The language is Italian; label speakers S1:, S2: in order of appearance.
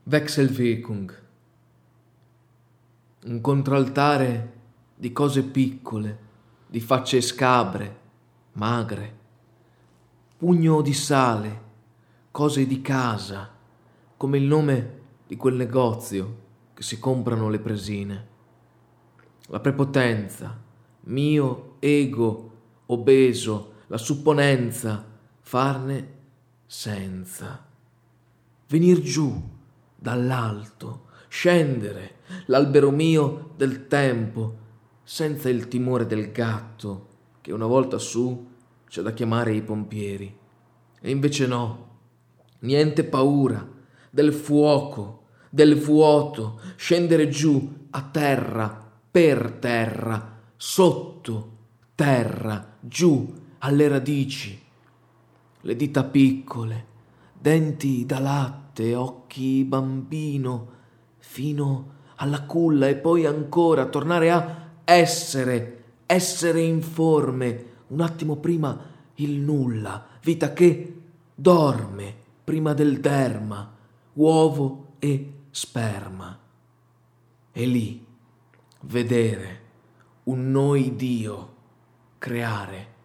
S1: Wechselwirkung, un contraltare di cose piccole, di facce scabre, magre, pugno di sale, cose di casa, come il nome di quel negozio che si comprano le presine. La prepotenza, mio ego obeso, la supponenza, farne senza. Venir giù dall'alto, scendere l'albero mio del tempo, senza il timore del gatto che una volta su c'è da chiamare i pompieri. E invece no, niente paura del fuoco, del vuoto, scendere giù a terra, per terra, sotto terra, giù alle radici. Le dita piccole, denti da latte, occhi bambino, fino alla culla e poi ancora tornare a essere informe, un attimo prima il nulla, vita che dorme prima del derma, uovo e sperma. E lì vedere un noi Dio creare